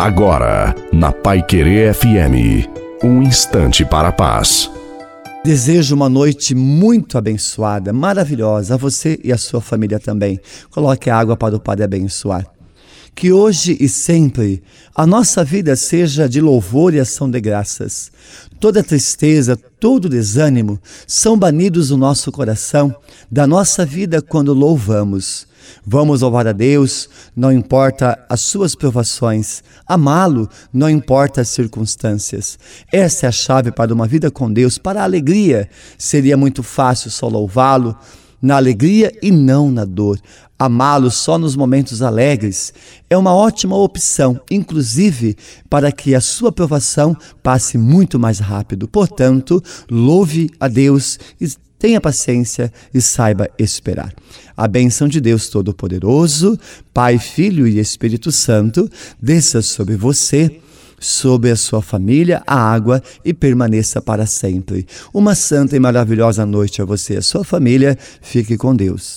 Agora, na Paiquerê FM, um instante para a paz. Desejo uma noite muito abençoada, maravilhosa, a você e a sua família também. Coloque a água para o Padre abençoar. Que hoje e sempre a nossa vida seja de louvor e ação de graças. Toda tristeza, todo desânimo são banidos do nosso coração, da nossa vida quando louvamos. Vamos louvar a Deus, não importa as suas provações. Amá-lo, não importa as circunstâncias. Essa é a chave para uma vida com Deus, para a alegria. Seria muito fácil só louvá-lo na alegria e não na dor. Amá-lo só nos momentos alegres é uma ótima opção, inclusive para que a sua provação passe muito mais rápido. Portanto, louve a Deus e tenha paciência e saiba esperar. A bênção de Deus Todo-Poderoso, Pai, Filho e Espírito Santo, desça sobre você, sobre a sua família, a água e permaneça para sempre. Uma santa e maravilhosa noite a você e a sua família. Fique com Deus.